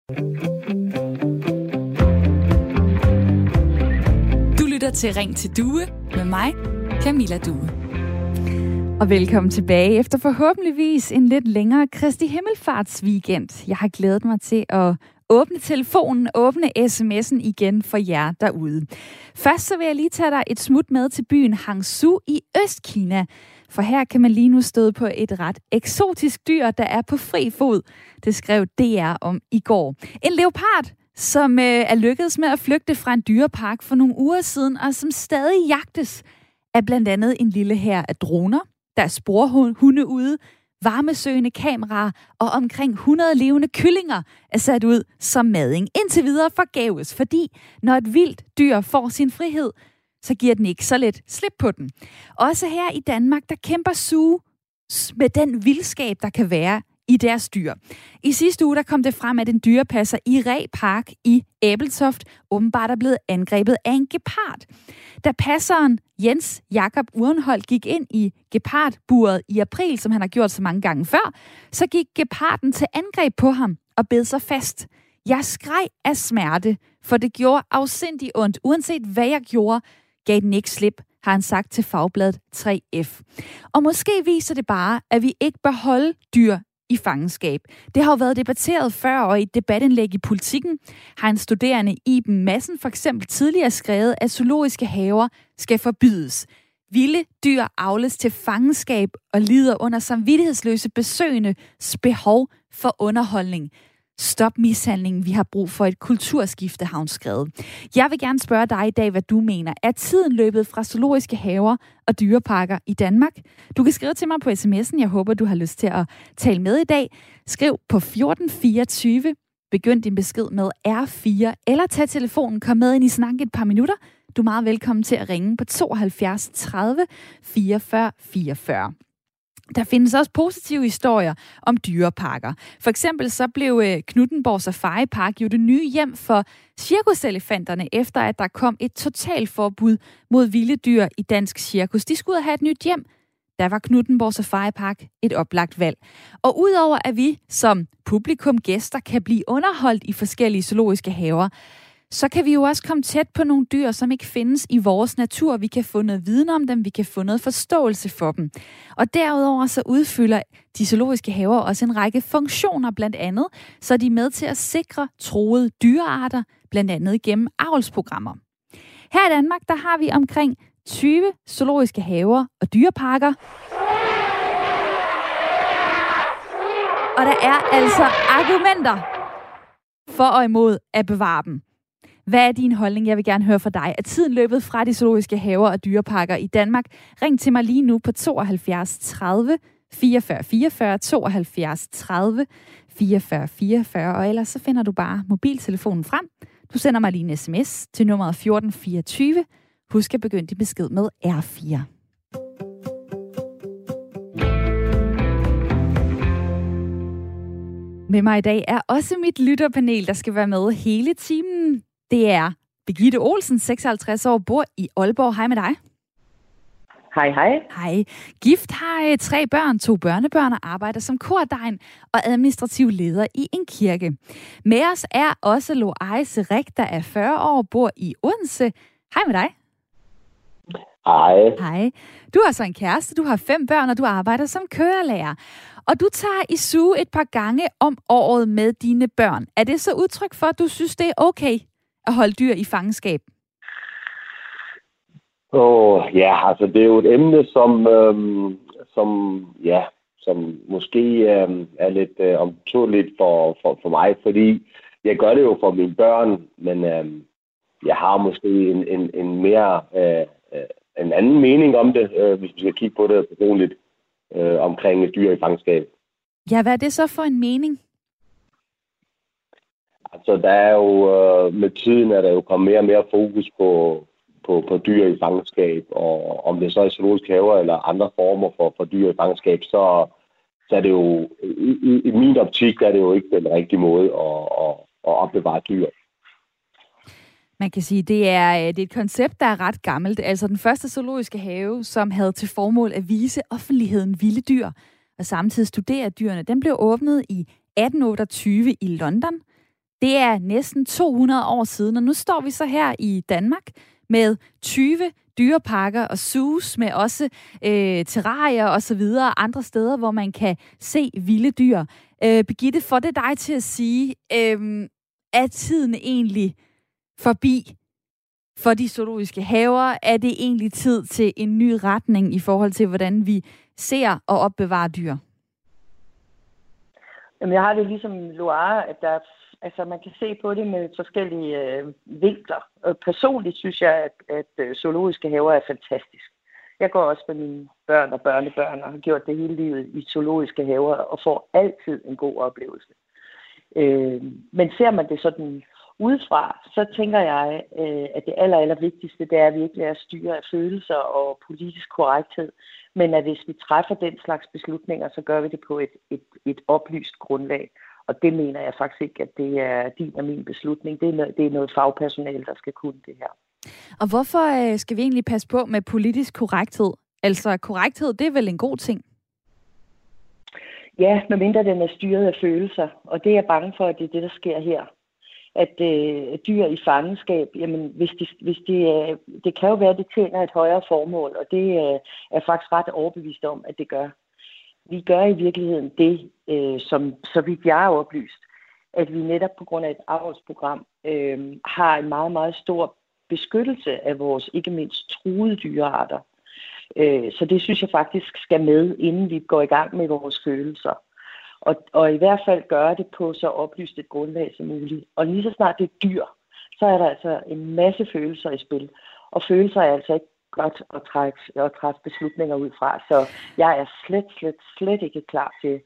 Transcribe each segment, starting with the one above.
Du lytter til Ring til Due med mig, Camilla Due. Og velkommen tilbage efter forhåbentligvis en lidt længere Kristi Himmelfartsweekend. Jeg har glædet mig til at åbne telefonen, åbne sms'en igen for jer derude. Først så vil jeg lige tage dig et smut med til byen Hangzhou i Østkina. For her kan man lige nu støde på et ret eksotisk dyr, der er på fri fod. Det skrev DR om i går. En leopard, som er lykkedes med at flygte fra en dyrepark for nogle uger siden, og som stadig jagtes af blandt andet en lille hær af droner. Der er sporhunde ude, varmesøgende kameraer og omkring 100 levende kyllinger er sat ud som mading. Indtil videre forgæves, fordi når et vildt dyr får sin frihed, så giver den ikke så let slip på den. Også her i Danmark, der kæmper Zoo med den vildskab, der kan være i deres dyr. I sidste uge der kom det frem, at en dyrepasser i Reh Park i Ebeltoft åbenbart er blevet angrebet af en gepard. Da passeren Jens Jakob Urenholdt gik ind i gepardburet i april, som han har gjort så mange gange før, så gik geparden til angreb på ham og bed sig fast. Jeg skreg af smerte, for det gjorde afsindig ondt. Uanset hvad jeg gjorde, gav den ikke slip, har han sagt til fagbladet 3F. Og måske viser det bare, at vi ikke bør holde dyr i fangenskab. Det har jo været debatteret før, og i et debatindlæg i Politikken har en studerende Iben Madsen for eksempel tidligere skrevet, at zoologiske haver skal forbydes. Vilde dyr avles til fangenskab og lider under samvittighedsløse besøgendes behov for underholdning. Stop mishandlingen, vi har brug for et kulturskifte, har hun skrevet. Jeg vil gerne spørge dig i dag, hvad du mener. Er tiden løbet fra zoologiske haver og dyreparker i Danmark? Du kan skrive til mig på sms'en. Jeg håber, du har lyst til at tale med i dag. Skriv på 1424. Begynd din besked med R4, eller tag telefonen, kom med ind i snak et par minutter. Du er meget velkommen til at ringe på 72 30 44 44. Der findes også positive historier om dyreparker. For eksempel så blev Knuthenborg Safari Park jo det nye hjem for cirkuselefanterne, efter at der kom et totalforbud mod vilde dyr i dansk cirkus. De skulle have et nyt hjem. Der var Knuthenborg Safari Park et oplagt valg. Og udover at vi som publikum gæster kan blive underholdt i forskellige zoologiske haver, så kan vi jo også komme tæt på nogle dyr, som ikke findes i vores natur. Vi kan få noget viden om dem, vi kan få noget forståelse for dem. Og derudover så udfylder de zoologiske haver også en række funktioner, blandt andet, så de er med til at sikre truede dyrearter, blandt andet gennem avlsprogrammer. Her i Danmark, der har vi omkring 20 zoologiske haver og dyreparker. Og der er altså argumenter for og imod at bevare dem. Hvad er din holdning? Jeg vil gerne høre fra dig. Er tiden løbet fra de zoologiske haver og dyreparker i Danmark? Ring til mig lige nu på 72 30 44 44, 72 30 44 44, og ellers så finder du bare mobiltelefonen frem. Du sender mig lige en sms til nummeret 1424. Husk at begynde din besked med R4. Med mig i dag er også mit lytterpanel, der skal være med hele timen. Det er Birgitte Olsen, 56 år, bor i Aalborg. Hej med dig. Hej, hej. Hej. Gift, har 3 børn, 2 børnebørn og arbejder som kordegn og administrativ leder i en kirke. Med os er også Louise Rik, der er 40 år, bor i Odense. Hej med dig. Hej. Hej. Du har så en kæreste, du har 5 børn, og du arbejder som kørelærer. Og du tager i zoo et par gange om året med dine børn. Er det så udtryk for, at du synes, det er okay at holde dyr i fangenskab? Ja, altså det er jo et emne, som måske er lidt omtåligt for mig, fordi jeg gør det jo for mine børn, men jeg har måske en mere en anden mening om det, hvis vi skal kigge på det personligt omkring dyr i fangenskab. Ja, hvad er det så for en mening? Altså, der er jo med tiden er der jo kommet mere og mere fokus på dyr i fangenskab, og om det så er zoologiske haver eller andre former for dyr i fangenskab, så er det jo i min optik er det jo ikke den rigtige måde at opbevare dyr. Man kan sige, det er et koncept, der er ret gammelt. Altså den første zoologiske have, som havde til formål at vise offentligheden vilde dyr, og samtidig studere dyrene, den blev åbnet i 1828 i London. Det er næsten 200 år siden, og nu står vi så her i Danmark med 20 dyreparker og zoos med også terrarier og så videre andre steder, hvor man kan se vilde dyr. Birgitte, får det dig til at sige, er tiden egentlig forbi for de zoologiske haver? Er det egentlig tid til en ny retning i forhold til, hvordan vi ser og opbevarer dyr? Jamen, jeg har det ligesom Loire, at man kan se på det med forskellige vinkler. Og personligt synes jeg, at zoologiske haver er fantastisk. Jeg går også med mine børn og børnebørn og har gjort det hele livet i zoologiske haver og får altid en god oplevelse. Men ser man det sådan udefra, så tænker jeg, at det aller vigtigste, det er virkelig at styre af følelser og politisk korrekthed. Men at hvis vi træffer den slags beslutninger, så gør vi det på et oplyst grundlag. Og det mener jeg faktisk ikke, at det er din og min beslutning. Det er noget fagpersonale, der skal kunne det her. Og hvorfor skal vi egentlig passe på med politisk korrekthed? Altså korrekthed, det er vel en god ting? Ja, medmindre den er styret af følelser. Og det er jeg bange for, at det er det, der sker her. At dyr i fangenskab, jamen det kan jo være, at det tjener et højere formål, og det er faktisk ret overbevist om, at det gør. Vi gør i virkeligheden det, som så vidt jeg er oplyst, at vi netop på grund af et avlsprogram har en meget, meget stor beskyttelse af vores ikke mindst truede dyrearter. Så det synes jeg faktisk skal med, inden vi går i gang med vores følelser. Og i hvert fald gøre det på så oplyst et grundlag som muligt. Og lige så snart det er dyr, så er der altså en masse følelser i spil. Og følelser er altså ikke godt at træffe beslutninger ud fra. Så jeg er slet ikke klar til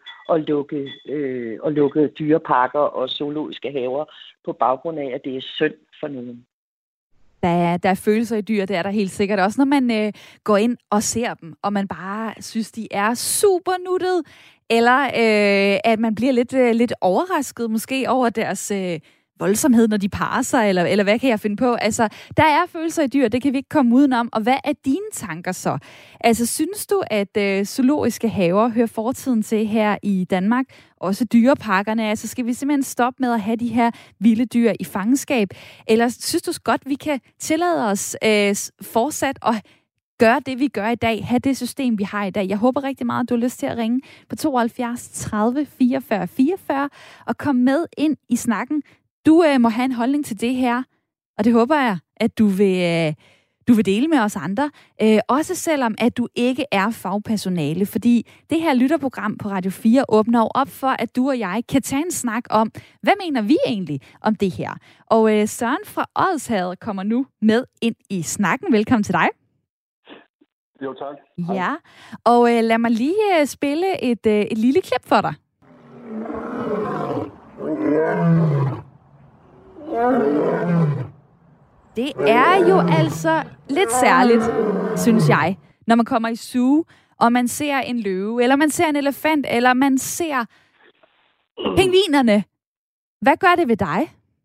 at lukke dyreparker og zoologiske haver på baggrund af, at det er synd for nogen. Der er følelser i dyr, det er der helt sikkert også, når man går ind og ser dem, og man bare synes, de er super nuttede, eller at man bliver lidt overrasket måske over deres voldsomhed, når de parer sig, eller hvad kan jeg finde på? Altså, der er følelser i dyr, det kan vi ikke komme udenom. Og hvad er dine tanker så? Altså, synes du, at zoologiske haver hører fortiden til her i Danmark? Også dyreparkerne? Altså, skal vi simpelthen stoppe med at have de her vilde dyr i fangenskab? Eller synes du godt, vi kan tillade os fortsat at gøre det, vi gør i dag, have det system, vi har i dag? Jeg håber rigtig meget, at du har lyst til at ringe på 72 30 44 44 og komme med ind i snakken. Du må have en holdning til det her, og det håber jeg, at du vil dele med os andre. Også selvom, at du ikke er fagpersonale, fordi det her lytterprogram på Radio 4 åbner op for, at du og jeg kan tage en snak om, hvad mener vi egentlig om det her? Og Søren fra Odsherred kommer nu med ind i snakken. Velkommen til dig. Jo, tak. Ja, og lad mig lige spille et lille klip for dig. Det er jo altså lidt særligt, synes jeg, når man kommer i zoo, og man ser en løve, eller man ser en elefant, eller man ser pingvinerne. Hvad gør det ved dig?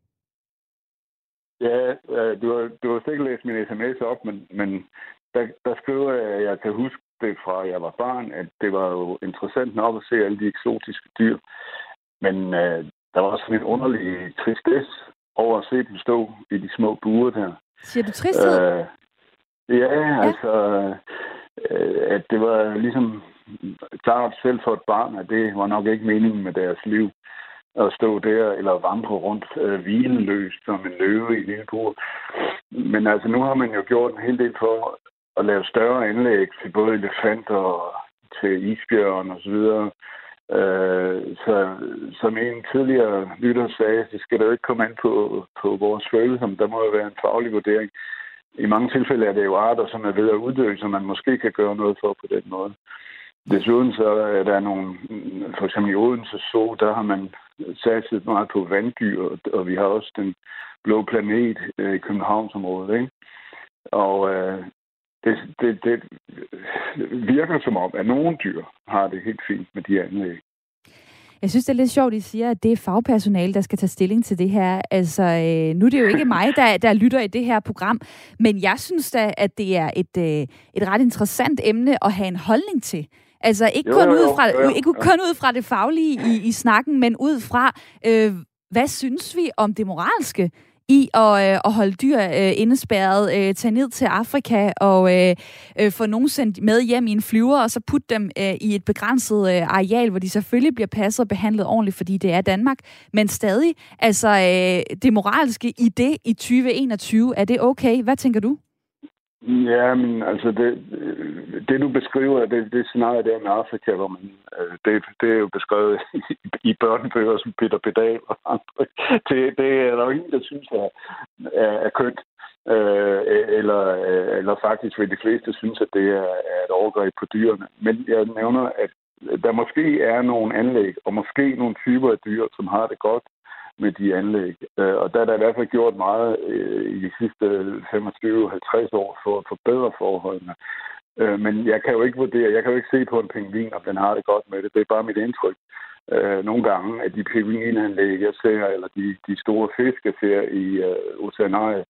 Ja, du har sikkert læst min sms op, men der skriver jeg, at jeg kan huske det fra, jeg var barn, at det var jo interessant nok at se alle de eksotiske dyr. Men der var også en underlig tristesse over at se dem stå i de små bure der. Siger du tristhed? Ja, altså, at det var ligesom klart selv for et barn, at det var nok ikke meningen med deres liv at stå der eller vandre rundt hvileløst som en løve i en lille bur. Men altså, nu har man jo gjort en hel del for at lave større anlæg til både elefanter og til isbjørn og så videre. Så som en tidligere lytter sagde, så skal der jo ikke komme an på vores følelser, der må jo være en faglig vurdering. I mange tilfælde er det jo arter, som er ved at uddø, som man måske kan gøre noget for på den måde. Desuden så er der nogle, for eksempel i Odense Zoo, der har man satset meget på vanddyr, og vi har også den blå planet i Københavnsområdet, ikke? Og det virker som om, at nogle dyr har det helt fint med de anlæg. Jeg synes, det er lidt sjovt, at I siger, at det er fagpersonale, der skal tage stilling til det her. Altså, nu er det jo ikke mig, der lytter i det her program, men jeg synes da, at det er et ret interessant emne at have en holdning til. Altså, ikke kun ud fra det faglige i snakken, men ud fra, hvad synes vi om det moralske i at holde dyr indespærret, tage ned til Afrika og få nogen sendt med hjem i en flyver, og så putte dem i et begrænset areal, hvor de selvfølgelig bliver passet og behandlet ordentligt, fordi det er Danmark, men stadig, altså det moralske i det i 2021, er det okay? Hvad tænker du? Ja, men altså det du beskriver, det scenarie der med Afrika, hvor man, det er jo beskrevet i børnebøger som Peter Pedal og andre. Det er der jo ingen, der synes er kønt. Eller faktisk vil de fleste synes, at det er et overgreb på dyrene. Men jeg nævner, at der måske er nogle anlæg, og måske nogle typer af dyr, som har det godt med de anlæg. Og der er der i hvert fald gjort meget i de sidste 25-50 år for at forbedre forholdene. Men jeg kan jo ikke vurdere, jeg kan jo ikke se på en pingvin, om den har det godt med det. Det er bare mit indtryk. Nogle gange, at de pingvinanlæg, jeg ser, eller de store fisk, jeg ser i oceanariet,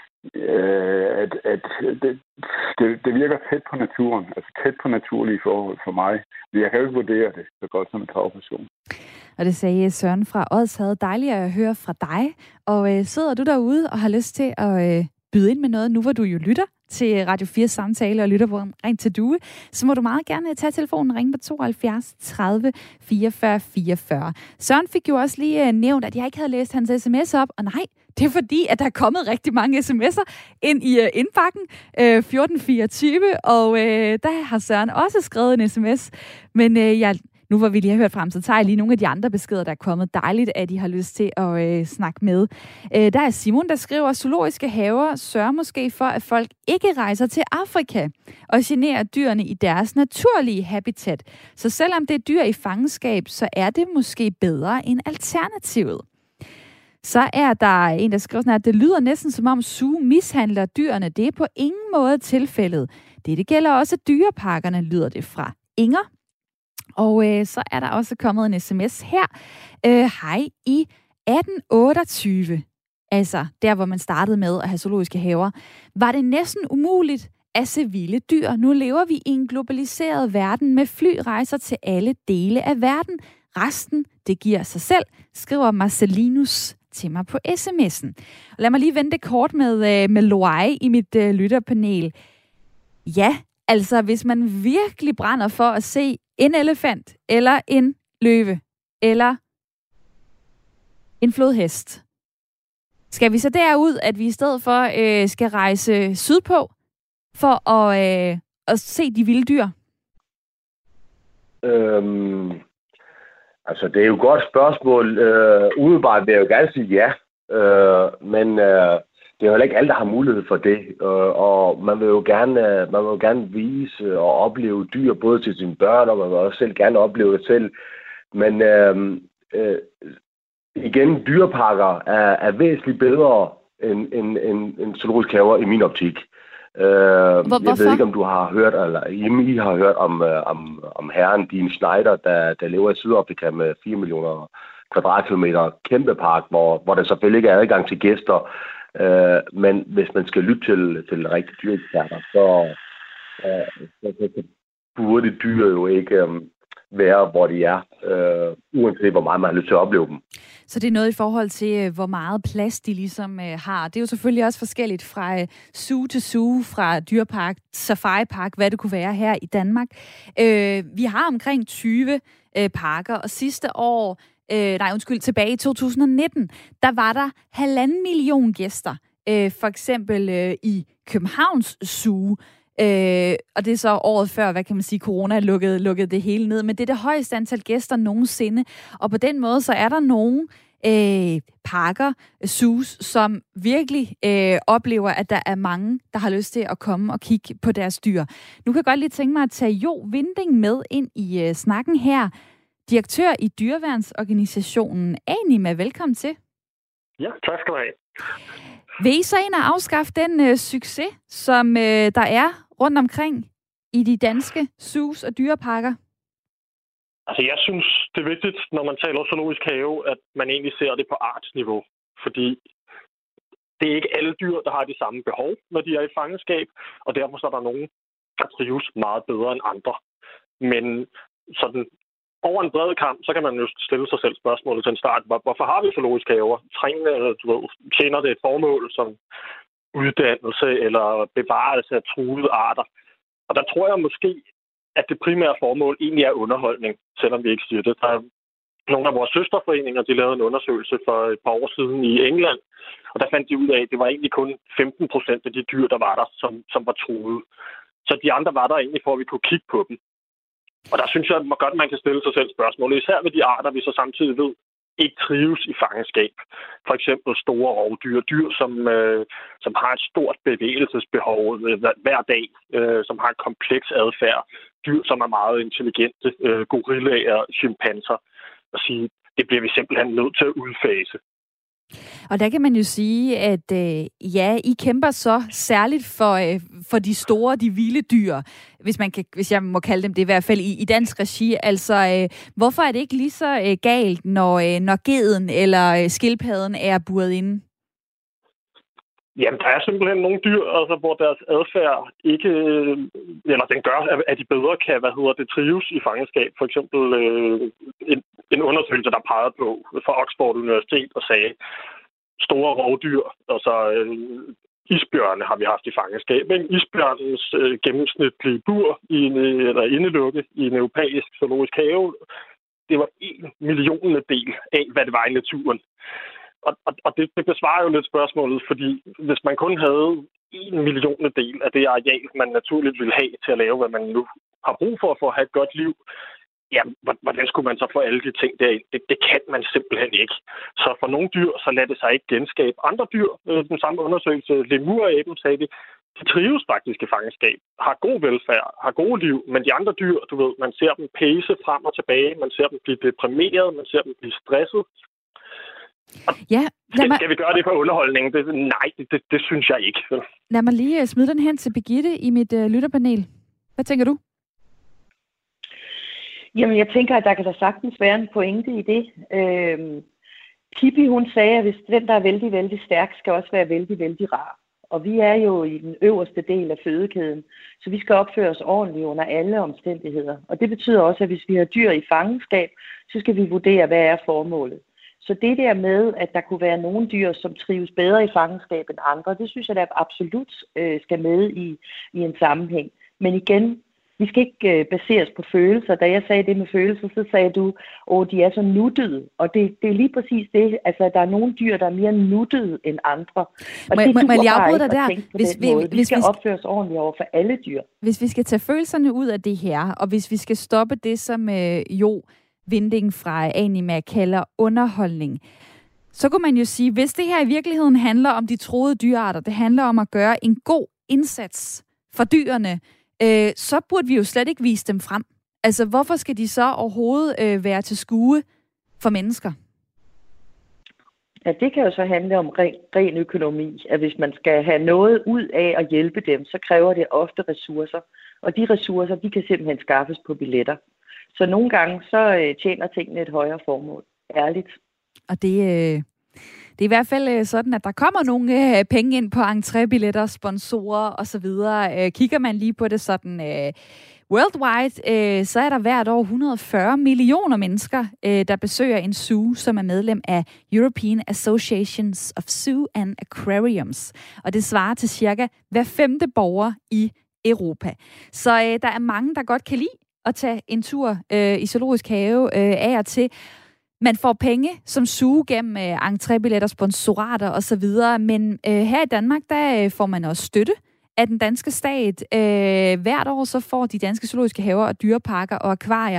at det virker tæt på naturen, altså tæt på naturlige forhold for mig. Men jeg kan jo ikke vurdere det så godt som en travperson. Og det sagde Søren fra Odsherred. Dejligt at høre fra dig. Og sidder du derude og har lyst til at byde ind med noget, nu hvor du jo lytter til Radio 4 samtale og lytter på Ring til Due, så må du meget gerne tage telefonen og ringe på 72 30 44 44. Søren fik jo også lige nævnt, at jeg ikke havde læst hans sms op, og nej, det er fordi, at der er kommet rigtig mange sms'er ind i indbakken 1424, og der har Søren også skrevet en sms, men nu hvor vi lige har hørt frem, så tager jeg lige nogle af de andre beskeder, der er kommet. Dejligt, at I har lyst til at snakke med. Der er Simon, der skriver, at zoologiske haver sørger måske for, at folk ikke rejser til Afrika og generer dyrene i deres naturlige habitat. Så selvom det er dyr i fangenskab, så er det måske bedre end alternativet. Så er der en, der skriver sådan, at det lyder næsten som om zoo mishandler dyrene. Det er på ingen måde tilfældet. Det gælder også dyreparkerne, lyder det fra Inger. Og så er der også kommet en sms her. Hej, i 1828, altså der, hvor man startede med at have zoologiske haver, var det næsten umuligt at se vilde dyr. Nu lever vi i en globaliseret verden med flyrejser til alle dele af verden. Resten, det giver sig selv, skriver Marcelinus til mig på sms'en. Lad mig lige vente kort med Loai i mit lytterpanel. Ja, altså hvis man virkelig brænder for at se en elefant, eller en løve, eller en flodhest, skal vi så derud, at vi i stedet for skal rejse sydpå for at se de vilde dyr? Altså, det er jo et godt spørgsmål. Umiddelbart vil jeg jo gerne sige ja, men det er jo ikke alle, der har mulighed for det. Og man vil jo gerne vise og opleve dyr, både til sine børn, og man vil også selv gerne opleve det selv. Men igen, dyreparker er væsentligt bedre end zoologiske haver i min optik. Jeg ved ikke, om du har hørt, eller I har hørt om herren Dean Schneider, der lever i Sydafrika med 4 millioner kvadratkilometer kæmpe park, hvor der selvfølgelig ikke er adgang til gæster. Men hvis man skal lytte til rigtige dyreeksperter, så burde dyr jo ikke være, hvor de er, uanset hvor meget man har lyst til at opleve dem. Så det er noget i forhold til, hvor meget plads de ligesom har. Det er jo selvfølgelig også forskelligt fra zoo til zoo, fra dyrepark, safaripark, hvad det kunne være her i Danmark. Vi har omkring 20 parker, og sidste år, tilbage i 2019, der var der 1,5 million gæster. For eksempel i Københavns Zoo. Og det er så året før, hvad kan man sige, corona lukkede det hele ned. Men det er det højeste antal gæster nogensinde. Og på den måde, så er der nogle parker, zoos, som virkelig oplever, at der er mange, der har lyst til at komme og kigge på deres dyr. Nu kan jeg godt lige tænke mig at tage Jo Vinding med ind i snakken her. Direktør i dyreværnsorganisationen Anima. Velkommen til. Ja, tak skal du have. Vil I så ind og afskaffe den succes, som der er rundt omkring i de danske zoos og dyreparker? Altså, jeg synes, det er vigtigt, når man taler zoologisk have, at man egentlig ser det på artsniveau. Fordi det er ikke alle dyr, der har de samme behov, når de er i fangenskab, og derfor så er der nogen, der trives meget bedre end andre. Men sådan over en bred kamp, så kan man jo stille sig selv spørgsmålet til en start. Hvorfor har vi zoologiske haver? Tjener det et formål som uddannelse eller bevarelse af truede arter? Og der tror jeg måske, at det primære formål egentlig er underholdning, selvom vi ikke siger det. Der er nogle af vores søsterforeninger, de lavede en undersøgelse for et par år siden i England, og der fandt de ud af, at det var egentlig kun 15% af de dyr, der var der, som var truede. Så de andre var der egentlig for, at vi kunne kigge på dem. Og der synes jeg godt, man kan stille sig selv spørgsmål, især ved de arter, vi så samtidig ved, ikke trives i fangenskab. For eksempel store rovdyr, dyr, som har et stort bevægelsesbehov hver dag, som har en kompleks adfærd, dyr, som er meget intelligente, gorillaer, chimpanser. Og sige, det bliver vi simpelthen nødt til at udfase. Og der kan man jo sige, at I kæmper så særligt for de store, de vilde dyr, hvis jeg må kalde dem det i hvert fald i dansk regi. Altså, hvorfor er det ikke lige så galt, når geden eller skildpadden er buret inde? Jamen, der er simpelthen nogle dyr, altså, hvor deres adfærd ikke, eller den gør, at de bedre kan, trives i fangenskab. For eksempel en undersøgelse, der pegede på fra Oxford Universitet og sagde, store rovdyr, altså isbjørne har vi haft i fangenskab. Men isbjørnens gennemsnitlige bur eller indelukke i en europæisk zoologisk have, det var 1 del af, hvad det var i naturen. Og det besvarer jo lidt spørgsmålet, fordi hvis man kun havde 1 del af det areal, man naturligt ville have til at lave, hvad man nu har brug for at have et godt liv, ja, hvordan skulle man så få alle de ting derind? Det kan man simpelthen ikke. Så for nogle dyr, så lader det sig ikke genskabe. Andre dyr, den samme undersøgelse, lemuraben, sagde de trives faktisk i fangenskab, har god velfærd, har gode liv, men de andre dyr, man ser dem pæse frem og tilbage, man ser dem blive deprimeret, man ser dem blive stresset. Ja, skal vi gøre det for underholdning? Nej, det synes jeg ikke. Lad mig lige smide den hen til Birgitte i mit lytterpanel. Hvad tænker du? Jamen, jeg tænker, at der kan da sagtens være en pointe i det. Pippi, hun sagde, at hvis den, der er vældig, vældig stærk, skal også være vældig, vældig rar. Og vi er jo i den øverste del af fødekæden, så vi skal opføre os ordentligt under alle omstændigheder. Og det betyder også, at hvis vi har dyr i fangenskab, så skal vi vurdere, hvad er formålet. Så det der med, at der kunne være nogle dyr, som trives bedre i fangenskab end andre, det synes jeg, der absolut skal med i en sammenhæng. Men igen, vi skal ikke baseres på følelser. Da jeg sagde det med følelser, så sagde du, de er så nuttede. Og det er lige præcis det. Altså, der er nogle dyr, der er mere nuttede end andre. Og må jeg afbryde dig der? Vi skal opføre os ordentligt over for alle dyr. Hvis vi skal tage følelserne ud af det her, og hvis vi skal stoppe det, som Jo Vinding fra Anima kalder underholdning, så kunne man jo sige, hvis det her i virkeligheden handler om de truede dyrearter, det handler om at gøre en god indsats for dyrene, så burde vi jo slet ikke vise dem frem. Altså, hvorfor skal de så overhovedet være til skue for mennesker? Ja, det kan jo så handle om ren økonomi. At hvis man skal have noget ud af at hjælpe dem, så kræver det ofte ressourcer. Og de ressourcer, de kan simpelthen skaffes på billetter. Så nogle gange, så tjener tingene et højere formål. Ærligt. Og det er i hvert fald sådan, at der kommer nogle penge ind på entrébilletter, sponsorer osv. Kigger man lige på det sådan worldwide, så er der hvert år 140 millioner mennesker, der besøger en zoo, som er medlem af European Associations of Zoo and Aquariums. Og det svarer til cirka hver 5. borger i Europa. Så der er mange, der godt kan lide at tage en tur i zoologisk have af og til. Man får penge som zoo gennem entrébilletter, sponsorater osv., men her i Danmark, der får man også støtte af den danske stat. Hvert år så får de danske zoologiske haver og dyreparker og akvarier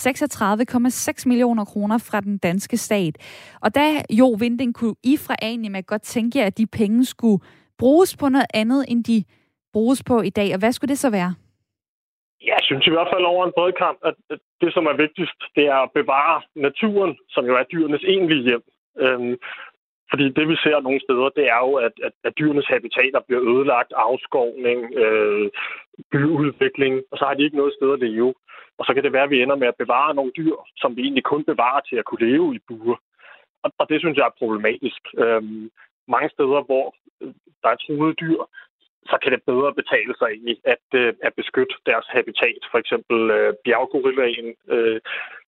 36,6 millioner kroner fra den danske stat. Og der, Jo Vinding, kunne I fra Anima godt tænke, at de penge skulle bruges på noget andet, end de bruges på i dag. Og hvad skulle det så være? Jeg synes i hvert fald over en bred kamp, at det, som er vigtigst, det er at bevare naturen, som jo er dyrenes egentlige hjem. Fordi det, vi ser nogle steder, det er jo, at dyrenes habitater bliver ødelagt, afskovning, byudvikling, og så har de ikke noget sted at leve. Og så kan det være, at vi ender med at bevare nogle dyr, som vi egentlig kun bevarer til at kunne leve i bure. Og det synes jeg er problematisk. Mange steder, hvor der er truede dyr, så kan det bedre betale sig egentlig at beskytte deres habitat. For eksempel bjerggorillaen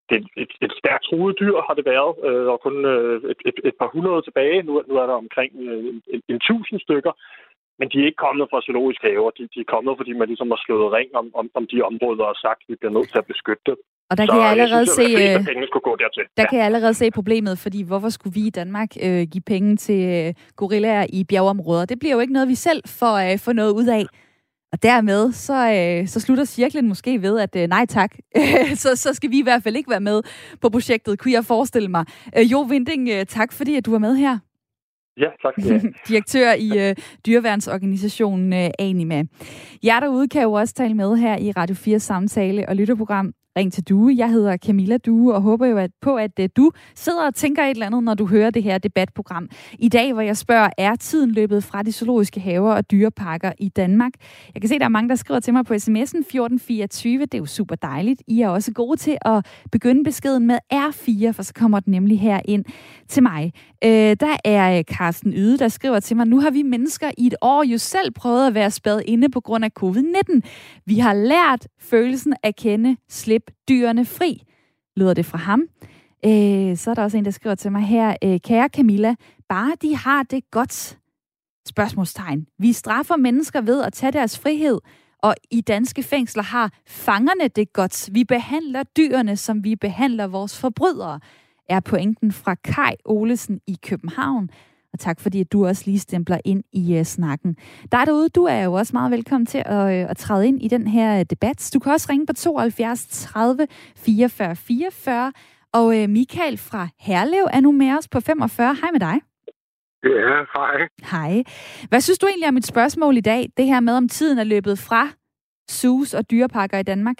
et stærkt truet dyr, har det været, og kun et par hundrede tilbage. Nu er der omkring 1000 stykker. Men de er ikke kommet fra zoologisk haver. De er kommet, fordi man ligesom har slået ring om de områder og sagt, at vi bliver nødt til at beskytte det. Og der kan jeg allerede se, kan jeg allerede se problemet, fordi hvorfor skulle vi i Danmark give penge til gorillaer i bjergeområder? Det bliver jo ikke noget, vi selv får noget ud af. Og dermed, så slutter cirklen måske ved, at nej tak, så skal vi i hvert fald ikke være med på projektet, kunne jeg forestille mig. Jo Vinding, tak fordi at du var med her. Ja, tak. Ja. Direktør i dyreværnsorganisationen Anima. Jer derude kan jo også tale med her i Radio 4 samtale- og lytterprogram Ring til Due. Jeg hedder Camilla Due og håber jo på, at du sidder og tænker et eller andet, når du hører det her debatprogram. I dag, hvor jeg spørger, er tiden løbet fra de zoologiske haver og dyreparker i Danmark? Jeg kan se, der er mange, der skriver til mig på sms'en 1424. Det er jo super dejligt. I er også gode til at begynde beskeden med R4, for så kommer den nemlig her ind til mig. Der er Carsten Yde, der skriver til mig, nu har vi mennesker i et år jo selv prøvet at være spadet inde på grund af covid-19. Vi har lært følelsen at kende, slip dyrene fri, lyder det fra ham. Så er der også en, der skriver til mig her, kære Camilla, bare de har det godt. Spørgsmålstegn. Vi straffer mennesker ved at tage deres frihed, og i danske fængsler har fangerne det godt. Vi behandler dyrene, som vi behandler vores forbrydere, er pointen fra Kai Olesen i København. Og tak fordi, at du også lige stempler ind i snakken. Der derude, du er jo også meget velkommen til at træde ind i den her debat. Du kan også ringe på 72 30 44 44. Og Michael fra Herlev er nu med os på 45. Hej med dig. Ja, hej. Hej. Hvad synes du egentlig om mit spørgsmål i dag? Det her med, om tiden er løbet fra zoos og dyreparker i Danmark?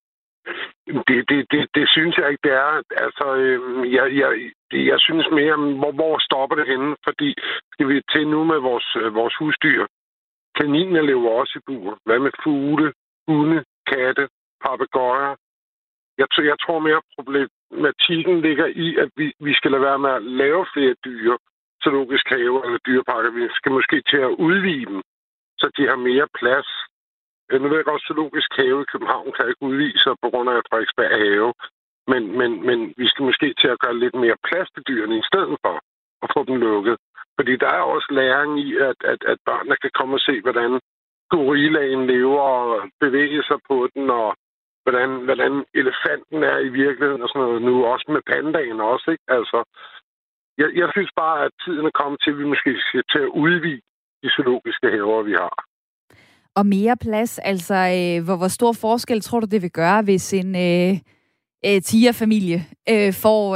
Det synes jeg ikke, det er. Altså, jeg synes mere, hvor stopper det henne? Fordi skal vi til nu med vores husdyr? Kaniner lever også i bur. Hvad med fugle, hunde, katte, papegøjer? Jeg tror mere, problematikken ligger i, at vi skal lade være med at lave flere dyr, zoologisk haver eller dyreparker. Vi skal måske til at udvide dem, så de har mere plads. Nu ved jeg godt, zoologisk have i København kan ikke udvide sig på grund af Frederiksberg have. Men vi skal måske til at gøre lidt mere plads til dyrene i stedet for at få dem lukket. Fordi der er også læring i, at børnene kan komme og se, hvordan gorillaen lever og bevæge sig på den, og hvordan elefanten er i virkeligheden og sådan noget nu. Også med pandaen også, ikke? Altså, jeg synes bare, at tiden er kommet til, at vi måske skal til at udvide de zoologiske haver, vi har. Og mere plads, altså hvor stor forskel tror du, det vil gøre, hvis en tigerfamilie får,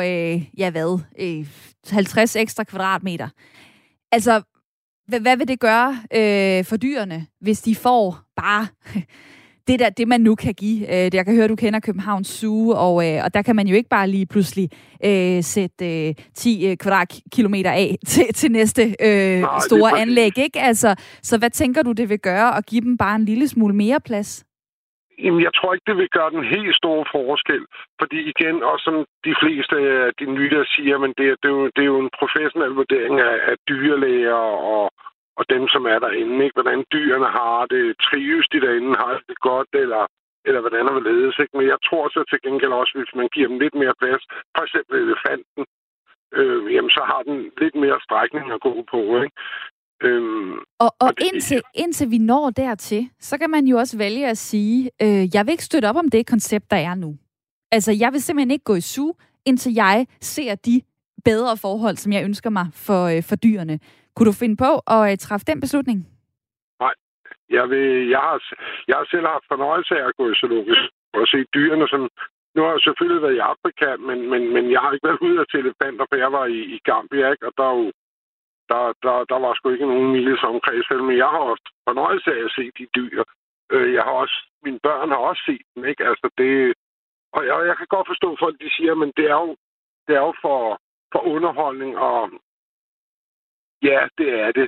50 ekstra kvadratmeter? Altså, hvad vil det gøre for dyrene, hvis de får bare det man nu kan give? Jeg kan høre, du kender Københavns Zoo, og der kan man jo ikke bare lige pludselig sætte 10 kvadratkilometer af til næste store anlæg, ikke? Altså, så hvad tænker du, det vil gøre at give dem bare en lille smule mere plads? Jamen, jeg tror ikke, det vil gøre den helt store forskel. Fordi igen, også som de fleste af de nyheder siger, men det er jo en professionel vurdering af dyrlæger og dem, som er derinde, ikke? Hvordan dyrene har det, trives de derinde, har det godt, eller hvordan der vil ledes, ikke? Men jeg tror så til gengæld også, hvis man giver dem lidt mere plads, for eksempel elefanten, jamen så har den lidt mere strækning at gå på, ikke? Og indtil vi når dertil, så kan man jo også vælge at sige, jeg vil ikke støtte op om det koncept, der er nu. Altså, jeg vil simpelthen ikke gå i zoo, indtil jeg ser de bedre forhold, som jeg ønsker mig for dyrene. Kunne du finde på at træffe den beslutning? Nej. Jeg har selv haft fornøjelse af at gå i zoologisk og se dyrene, som... Nu har jeg selvfølgelig været i Afrika, men jeg har ikke været ude til elefanter, for jeg var i Gambia, ikke? Og der var sgu ikke nogen miles omkreds, men jeg har også fornøjelse af at se de dyr. Mine børn har også set dem, ikke? Altså det... Og jeg kan godt forstå folk, de siger, men det er jo for underholdning, og ja, det er det.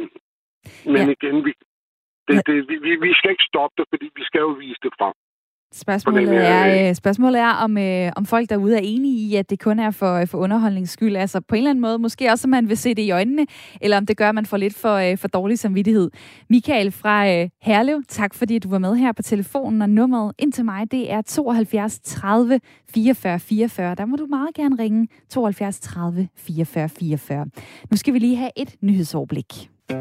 Men igen, vi skal ikke stoppe det, fordi vi skal jo vise det frem. Spørgsmålet er om folk derude er enige i, at det kun er for underholdnings skyld. Altså på en eller anden måde, måske også, om man vil se det i øjnene, eller om det gør, at man får lidt for dårlig samvittighed. Michael fra Herlev, tak fordi du var med her på telefonen, og nummeret ind til mig, det er 72 30 44 44. Der må du meget gerne ringe 72 30 44 44. Nu skal vi lige have et nyhedsoverblik.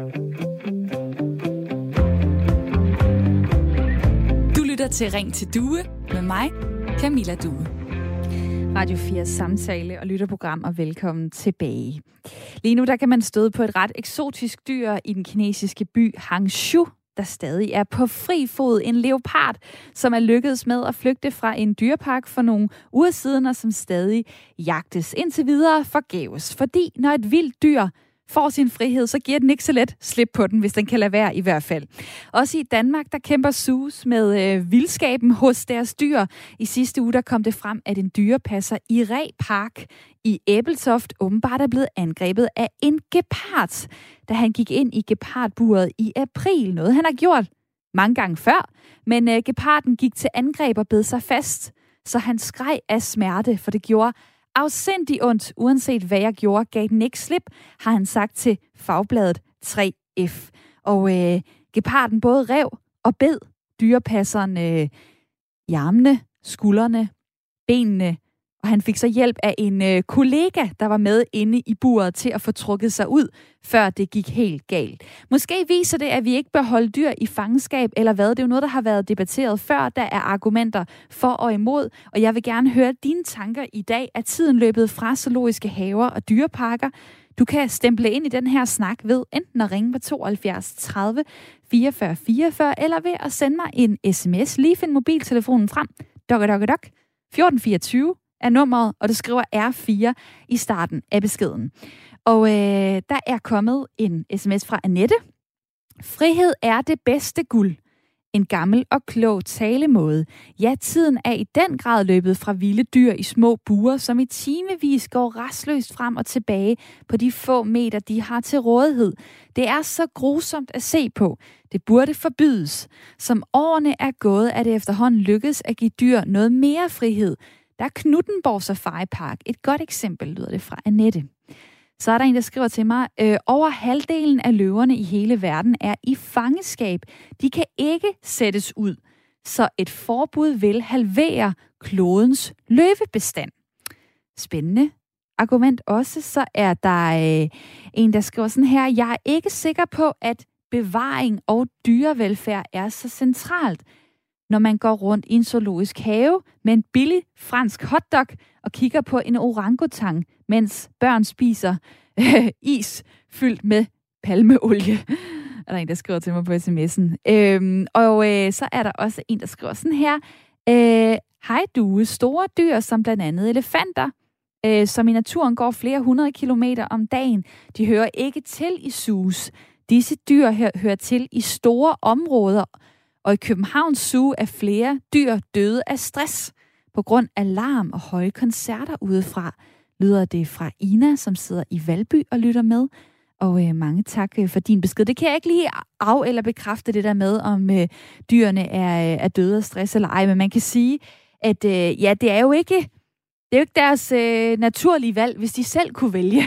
Lytter til Ring til Due med mig, Camilla Due. Radio 4 samtale og lytterprogram, og velkommen tilbage. Lige nu der kan man støde på et ret eksotisk dyr i den kinesiske by Hangzhou, der stadig er på fri fod. En leopard, som er lykkedes med at flygte fra en dyrepark for nogle uger siden, og som stadig jagtes indtil videre forgæves. Fordi når et vildt dyr får sin frihed, så giver den ikke så let slip på den, hvis den kan lade være i hvert fald. Også i Danmark, der kæmper zoos med vildskaben hos deres dyr. I sidste uge, der kom det frem, at en dyrepasser i Reh Park i Ebeltoft åbenbart er blevet angrebet af en gepard, da han gik ind i gepardburet i april. Noget han har gjort mange gange før, men geparden gik til angreb og bed sig fast, så han skreg af smerte, for det gjorde afsindig ondt. Uanset hvad jeg gjorde, gav den ikke slip, har han sagt til fagbladet 3F. Og geparden både rev og bed dyrepasseren i armene, skuldrene, benene, og han fik så hjælp af en kollega, der var med inde i buret til at få trukket sig ud, før det gik helt galt. Måske viser det, at vi ikke bør holde dyr i fangenskab, eller hvad? Det er jo noget, der har været debatteret før. Der er argumenter for og imod, og jeg vil gerne høre dine tanker i dag. Er tiden løbet fra zoologiske haver og dyreparker? Du kan stemple ind i den her snak ved enten at ringe på 72 30 44 44, eller ved at sende mig en sms. Lige find mobiltelefonen frem. Dok. 1424 er nummeret, og det skriver R4 i starten af beskeden. Og der er kommet en sms fra Annette. Frihed er det bedste guld. En gammel og klog talemåde. Ja, tiden er i den grad løbet fra vilde dyr i små buer, som i timevis går rastløst frem og tilbage på de få meter, de har til rådighed. Det er så grusomt at se på. Det burde forbydes. Som årene er gået, er det efterhånden lykkedes at give dyr noget mere frihed. Der er Knuthenborg Safari Park. Et godt eksempel, lyder det fra Annette. Så er der en, der skriver til mig, over halvdelen af løverne i hele verden er i fangeskab. De kan ikke sættes ud, så et forbud vil halvere klodens løvebestand. Spændende argument også. Så er der en, der skriver sådan her, jeg er ikke sikker på, at bevaring og dyrevelfærd er så centralt, når man går rundt i en zoologisk have med en billig fransk hotdog og kigger på en orangutang, mens børn spiser is fyldt med palmeolie. Er der en, der skriver til mig på sms'en. Så er der også en, der skriver sådan her. Hej Due, store dyr som blandt andet elefanter, som i naturen går flere 100 kilometer om dagen. De hører ikke til i zoos. Disse dyr hører til i store områder, og i Københavns Zoo er flere dyr døde af stress på grund af larm og høje koncerter udefra. Lyder det fra Ina, som sidder i Valby og lytter med. Og mange tak for din besked. Det kan jeg ikke lige af- eller bekræfte det der med, om dyrene er døde af stress eller ej. Men man kan sige, at det er jo ikke deres naturlige valg, hvis de selv kunne vælge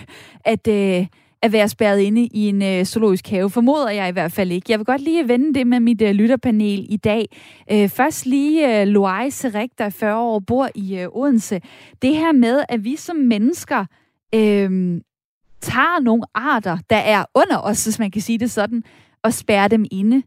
at være spærret inde i en zoologisk have. Formoder jeg i hvert fald ikke. Jeg vil godt lige vende det med mit lytterpanel i dag. Først lige Loai Serik, der er 40 år, bor i Odense. Det her med, at vi som mennesker tager nogle arter, der er under os, hvis man kan sige det sådan, og spærrer dem inde.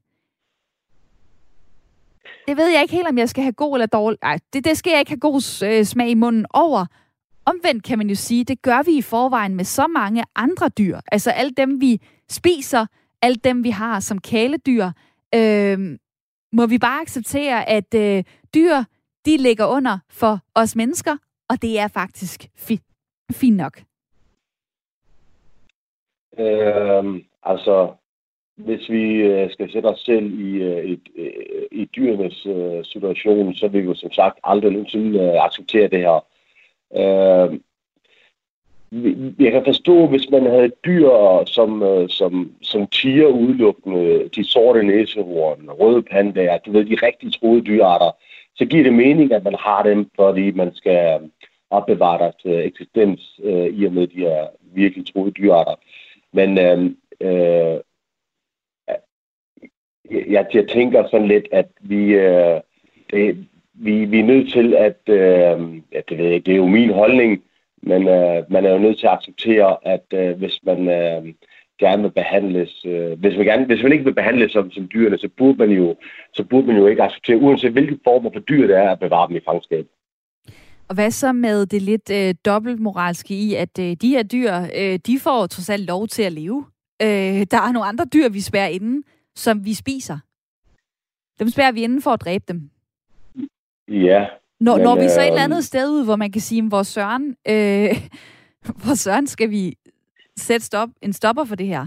Det ved jeg ikke helt, om jeg skal have god eller dårlig. Nej, det skal jeg ikke have god smag i munden over. Omvendt kan man jo sige, det gør vi i forvejen med så mange andre dyr. Altså alle dem, vi spiser, alle dem, vi har som kæledyr. Må vi bare acceptere, at dyr, de ligger under for os mennesker, og det er faktisk fint nok. Hvis vi skal sætte os selv i dyrenes situation, så vil vi jo som sagt aldrig nogensinde acceptere det her. Jeg kan forstå, hvis man havde dyr som tiger udelukkende, de sorte næsehorn, røde pandaer, du ved, de rigtig troede dyrearter, så giver det mening, at man har dem, fordi man skal opbevare deres eksistens i og med de her virkelig truede dyrearter. Men jeg tænker sådan lidt, at vi er nødt til at, det er jo min holdning, men man er jo nødt til at acceptere, at hvis man gerne vil behandles, hvis man ikke vil behandles som dyrene, så burde man jo ikke acceptere, uanset hvilke former for dyr det er, at bevare dem i fangenskab. Og hvad så med det lidt dobbeltmoralske i, at de her dyr, de får trods alt lov til at leve? Der er nogle andre dyr, vi spærrer inde, som vi spiser. Dem spærrer vi inde for at dræbe dem. Ja. Når vi så et eller andet sted ud, hvor man kan sige, hvor søren skal vi sætte en stopper for det her?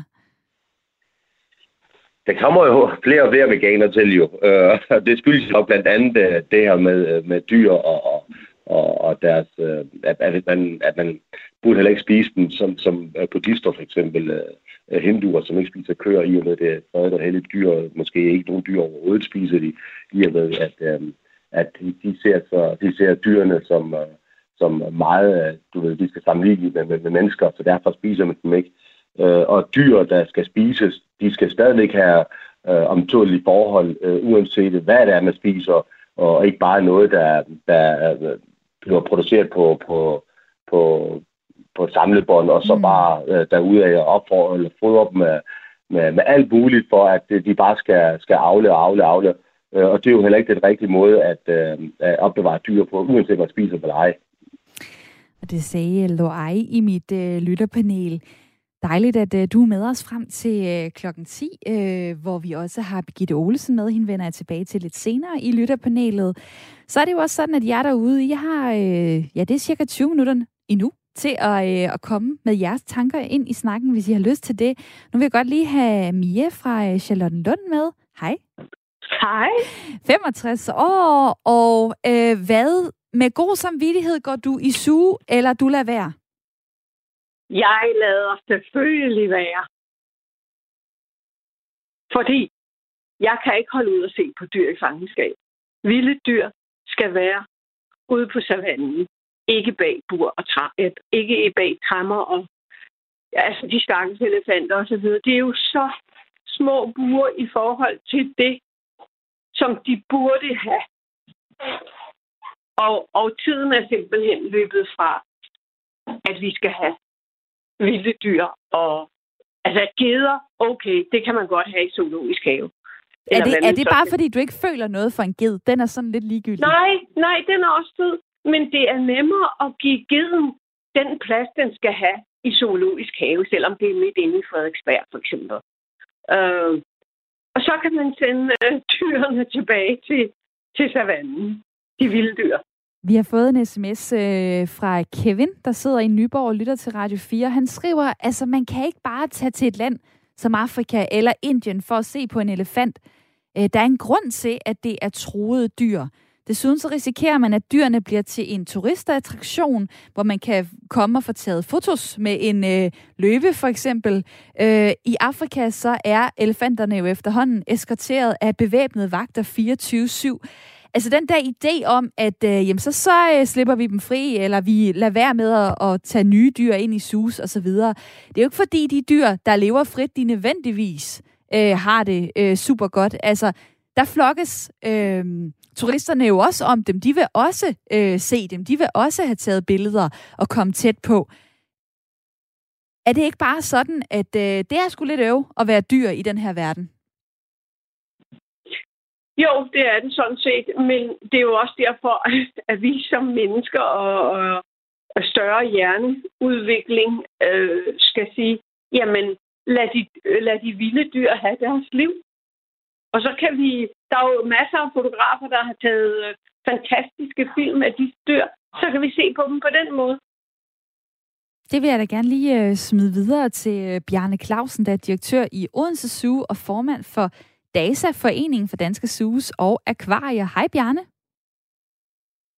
Der kommer jo flere og flere veganer til jo. Det skyldes jo blandt andet det her med dyr og deres, at man burde heller ikke spise dem, som buddhister for eksempel, hinduer, som ikke spiser køer, i og med det fredet og helligt dyr, måske ikke nogen dyr overhovedet spiser de, i og med at de ser dyrene som meget, de skal sammenligne med mennesker, så derfor spiser man dem ikke. Og dyr, der skal spises, de skal stadigvæk have omtålige forhold, uanset hvad det er, man spiser, og ikke bare noget, der bliver produceret på et samlebånd, og så bare derudaf og opfordre eller fodre dem med alt muligt, for at de bare skal avle. Og det er jo heller ikke den rigtige måde at opbevare dyr på, uanset hvad man spiser eller ej. Og det sagde Loai i mit lytterpanel. Dejligt, at du er med os frem til klokken 10, hvor vi også har Birgitte Olesen med. Hende vender jeg tilbage til lidt senere i lytterpanelet. Så er det jo også sådan, at jer derude, I har, det er cirka 20 minutter endnu til at komme med jeres tanker ind i snakken, hvis I har lyst til det. Nu vil jeg godt lige have Mia fra Charlottenlund med. Hej. Hej. 65 år, og hvad med god samvittighed går du i suge, eller du lader være? Jeg lader selvfølgelig være. Fordi jeg kan ikke holde ud og se på dyr i fangenskab. Vilde dyr skal være ude på savannen. Ikke bag bur og ikke bag træmmer og altså de stakkels elefanter og så videre. Det er jo så små buer i forhold til det, som de burde have. Og tiden er simpelthen løbet fra, at vi skal have vilde dyr og altså geder, okay, det kan man godt have i zoologisk have. Er det bare fordi, du ikke føler noget for en ged? Den er sådan lidt ligegyldig. Nej, den er også fed. Men det er nemmere at give geden den plads, den skal have i zoologisk have, selvom det er midt inde i Frederiksberg, for eksempel. Og så kan man sende dyrene tilbage til savannen, de vilde dyr. Vi har fået en sms fra Kevin, der sidder i Nyborg og lytter til Radio 4. Han skriver, altså man kan ikke bare tage til et land som Afrika eller Indien for at se på en elefant. Der er en grund til, at det er truede dyr. Desuden så risikerer man, at dyrene bliver til en turistattraktion, hvor man kan komme og få taget fotos med en løve for eksempel. I Afrika så er elefanterne jo efterhånden eskorteret af bevæbnede vagter 24/7. Altså den der idé om, at så slipper vi dem fri, eller vi lader være med at tage nye dyr ind i zoos og så videre. Det er jo ikke fordi de dyr, der lever frit, de nødvendigvis har det super godt. Altså der flokkes turisterne jo også om dem. De vil også se dem. De vil også have taget billeder og komme tæt på. Er det ikke bare sådan, at det er sgu lidt at være dyr i den her verden? Jo, det er det sådan set, men det er jo også derfor, at vi som mennesker og større hjerneudvikling skal sige, jamen lad de vilde dyr have deres liv. Og så kan der er jo masser af fotografer, der har taget fantastiske film af de dyr, så kan vi se på dem på den måde. Det vil jeg da gerne lige smide videre til Bjarne Clausen, der er direktør i Odense Zoo og formand for DASA, Foreningen for Danske Zoos og Akvarier. Hej Bjarne.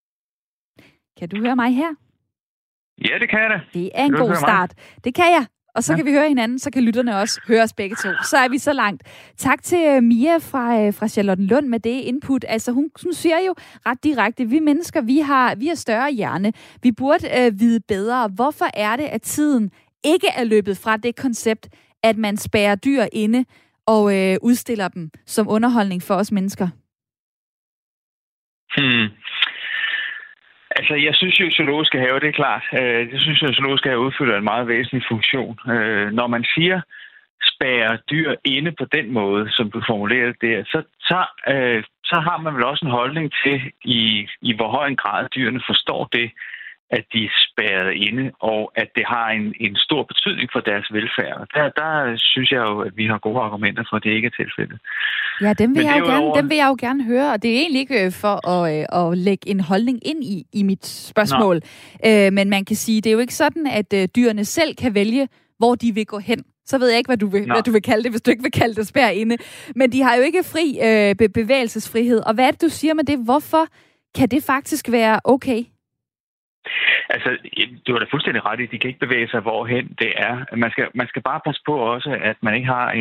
Kan du høre mig her? Ja, det kan jeg da. Det er en god start. Det kan jeg. og så kan vi høre hinanden, så kan lytterne også høre os begge to. Så er vi så langt. Tak til Mia fra Charlottenlund med det input. Altså hun siger jo ret direkte, vi mennesker, vi har større hjerne. Vi burde vide bedre. Hvorfor er det, at tiden ikke er løbet fra det koncept, at man spærrer dyr inde og udstiller dem som underholdning for os mennesker? Altså, jeg synes jo, zoologiske have, det er klart. Jeg synes jo, zoologiske have udfylder en meget væsentlig funktion. Når man siger, spærre dyr inde på den måde, som du formulerede der, så har man vel også en holdning til, i hvor høj en grad dyrene forstår det, at de er spærret inde, og at det har en stor betydning for deres velfærd. Der synes jeg jo, at vi har gode argumenter for, at det ikke er tilfældet. Ja, dem vil jeg jo gerne høre, og det er egentlig ikke for at lægge en holdning ind i mit spørgsmål. Men man kan sige, det er jo ikke sådan, at dyrene selv kan vælge, hvor de vil gå hen. Så ved jeg ikke, hvad du vil kalde det, hvis du ikke vil kalde det spærre inde. Men de har jo ikke fri bevægelsesfrihed. Og hvad er det, du siger med det? Hvorfor kan det faktisk være okay? Altså, du har da fuldstændig ret i, de kan ikke bevæge sig, hvorhen det er. Man skal bare passe på også, at man ikke har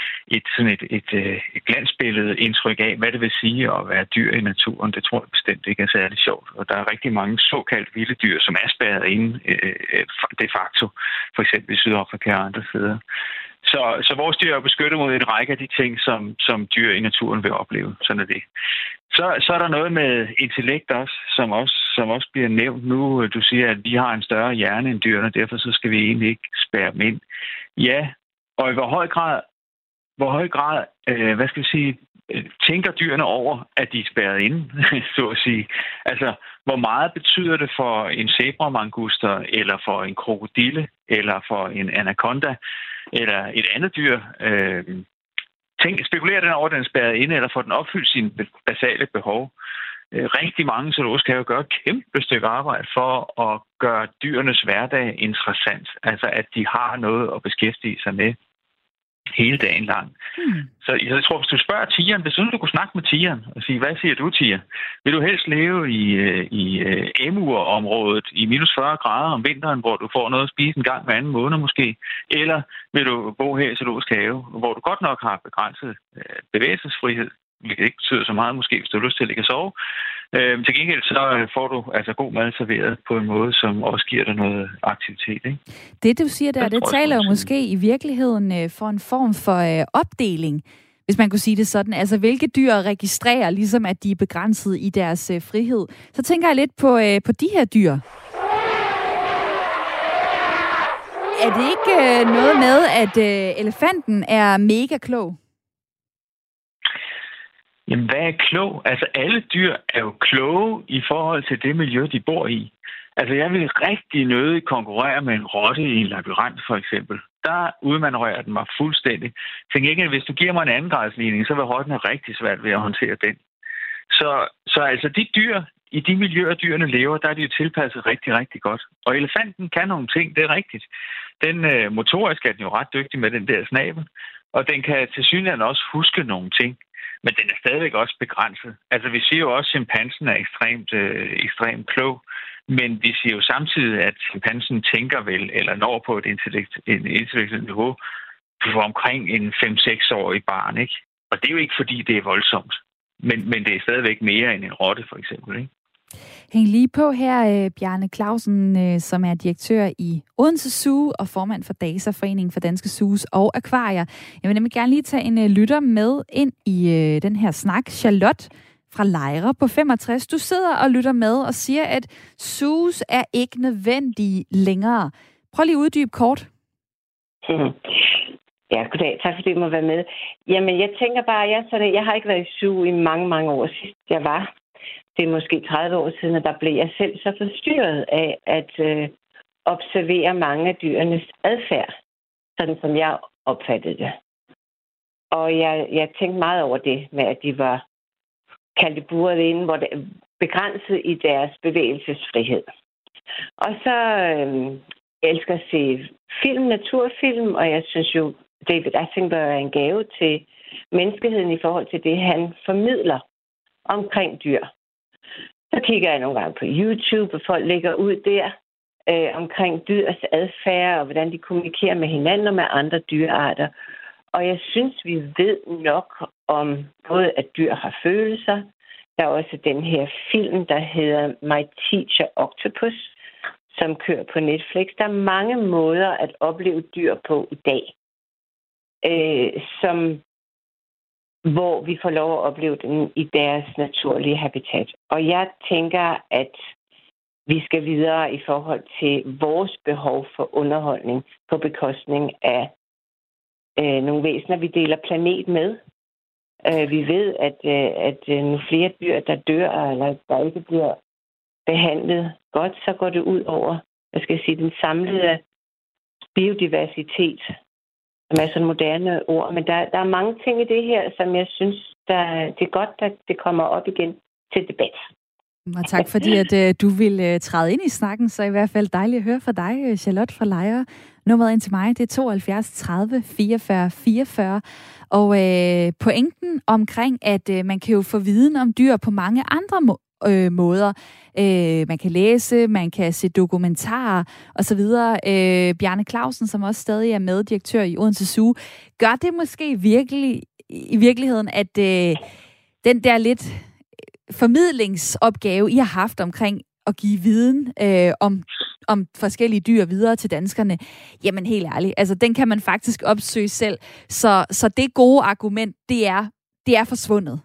et glansbillede indtryk af, hvad det vil sige at være dyr i naturen. Det tror jeg bestemt ikke er særlig sjovt. Og der er rigtig mange såkaldt vilde dyr, som er spærret inde de facto, for eksempel i Sydafrika og andre steder. Så vores dyr er beskyttet mod en række af de ting, som dyr i naturen vil opleve. Sådan er det. Så er der noget med intellekt også, som også bliver nævnt nu. Du siger, at vi har en større hjerne end dyrene, derfor så skal vi egentlig ikke spærre dem ind. Ja, og i hvor høj grad hvad skal vi sige, tænker dyrene over, at de er spærret inde, så at sige. Altså, hvor meget betyder det for en zebramanguster, eller for en krokodille, eller for en anaconda, eller et andet dyr? Spekulerer den over, at den er spærret inde, eller får den opfyldt sine basale behov? Rigtig mange zoologiske haver gør et kæmpe stykke arbejde for at gøre dyrenes hverdag interessant. Altså, at de har noget at beskæftige sig med hele dagen lang. Så jeg tror, hvis du spørger tigeren, hvis du kunne snakke med tigeren og sige, hvad siger du, tiger? Vil du helst leve i Amur-området i minus 40 grader om vinteren, hvor du får noget at spise en gang hver anden måned måske? Eller vil du bo her i zoologisk have, hvor du godt nok har begrænset bevægelsesfrihed, hvilket ikke betyder så meget måske, hvis du har lyst til at ligge og sove. Til gengæld så får du altså god mad serveret på en måde, som også giver dig noget aktivitet. Ikke? Det du siger der, det taler jo måske i virkeligheden for en form for opdeling, hvis man kunne sige det sådan. Altså hvilke dyr registrerer ligesom, at de er begrænset i deres frihed. Så tænker jeg lidt på de her dyr. Er det ikke noget med, at elefanten er mega klog? Jamen, hvad er klog? Altså, alle dyr er jo kloge i forhold til det miljø, de bor i. Altså, jeg vil rigtig nødig konkurrere med en rotte i en labyrint, for eksempel. Der udmanøvrerer den mig fuldstændig. Tænk ikke, at hvis du giver mig en anden gradsligning, så vil rotten have rigtig svært ved at håndtere den. Så altså, de dyr, i de miljøer, dyrene lever, der er de jo tilpasset rigtig, rigtig godt. Og elefanten kan nogle ting, det er rigtigt. Den motorisk er den jo ret dygtig med den der snabel, og den kan tilsyneladende også huske nogle ting. Men den er stadigvæk også begrænset. Altså, vi siger jo også, at chimpansen er ekstremt klog, men vi siger jo samtidig, at chimpansen tænker vel, eller når på et intellektuelt niveau, for omkring en 5-6-årig barn, ikke? Og det er jo ikke, fordi det er voldsomt. Men det er stadigvæk mere end en rotte, for eksempel, ikke? Hæng lige på her, Bjarne Clausen, som er direktør i Odense Zoo og formand for DASA, Foreningen for Danske Zoos og Akvarier. Jeg vil nemlig gerne lige tage en lytter med ind i den her snak. Charlotte fra Lejre på 65. Du sidder og lytter med og siger, at zoos er ikke nødvendige længere. Prøv lige at uddybe kort. Ja, goddag. Tak fordi du må være med. Jamen, jeg tænker bare, jeg har ikke været i zoo i mange, mange år sidst. Jeg var. Det er måske 30 år siden, og der blev jeg selv så forstyrret af at observere mange af dyrenes adfærd, sådan som jeg opfattede det. Og jeg tænkte meget over det med, at de var kaldt buret inde, hvor det er begrænset i deres bevægelsesfrihed. Og så jeg elsker at se film, naturfilm, og jeg synes jo, David Attenborough er en gave til menneskeheden i forhold til det, han formidler omkring dyr. Så kigger jeg nogle gange på YouTube, og folk lægger ud der. omkring dyrs adfærd, og hvordan de kommunikerer med hinanden og med andre dyrearter. Og jeg synes, vi ved nok om både, at dyr har følelser. Der er også den her film, der hedder My Teacher Octopus, som kører på Netflix. Der er mange måder at opleve dyr på i dag, hvor vi får lov at opleve dem i deres naturlige habitat. Og jeg tænker, at vi skal videre i forhold til vores behov for underholdning på bekostning af nogle væsener, vi deler planet med. Vi ved, at nu flere dyr, der dør, eller der ikke bliver behandlet godt, så går det ud over, den samlede biodiversitet, som er sådan moderne ord. Men der er mange ting i det her, som jeg synes, det er godt, at det kommer op igen til debat. Og tak fordi, at du vil træde ind i snakken, så i hvert fald dejligt at høre fra dig, Charlotte fra Lejre. Nummeret ind til mig, det er 72 30 44 44. Og pointen omkring, at man kan jo få viden om dyr på mange andre måder. Man kan læse, man kan se dokumentarer osv. Bjarne Clausen, som også stadig er meddirektør i Odense Zoo, gør det måske i virkeligheden, at den der lidt formidlingsopgave, I har haft omkring at give viden om forskellige dyr videre til danskerne, jamen helt ærligt, altså den kan man faktisk opsøge selv. Så det gode argument, det er forsvundet.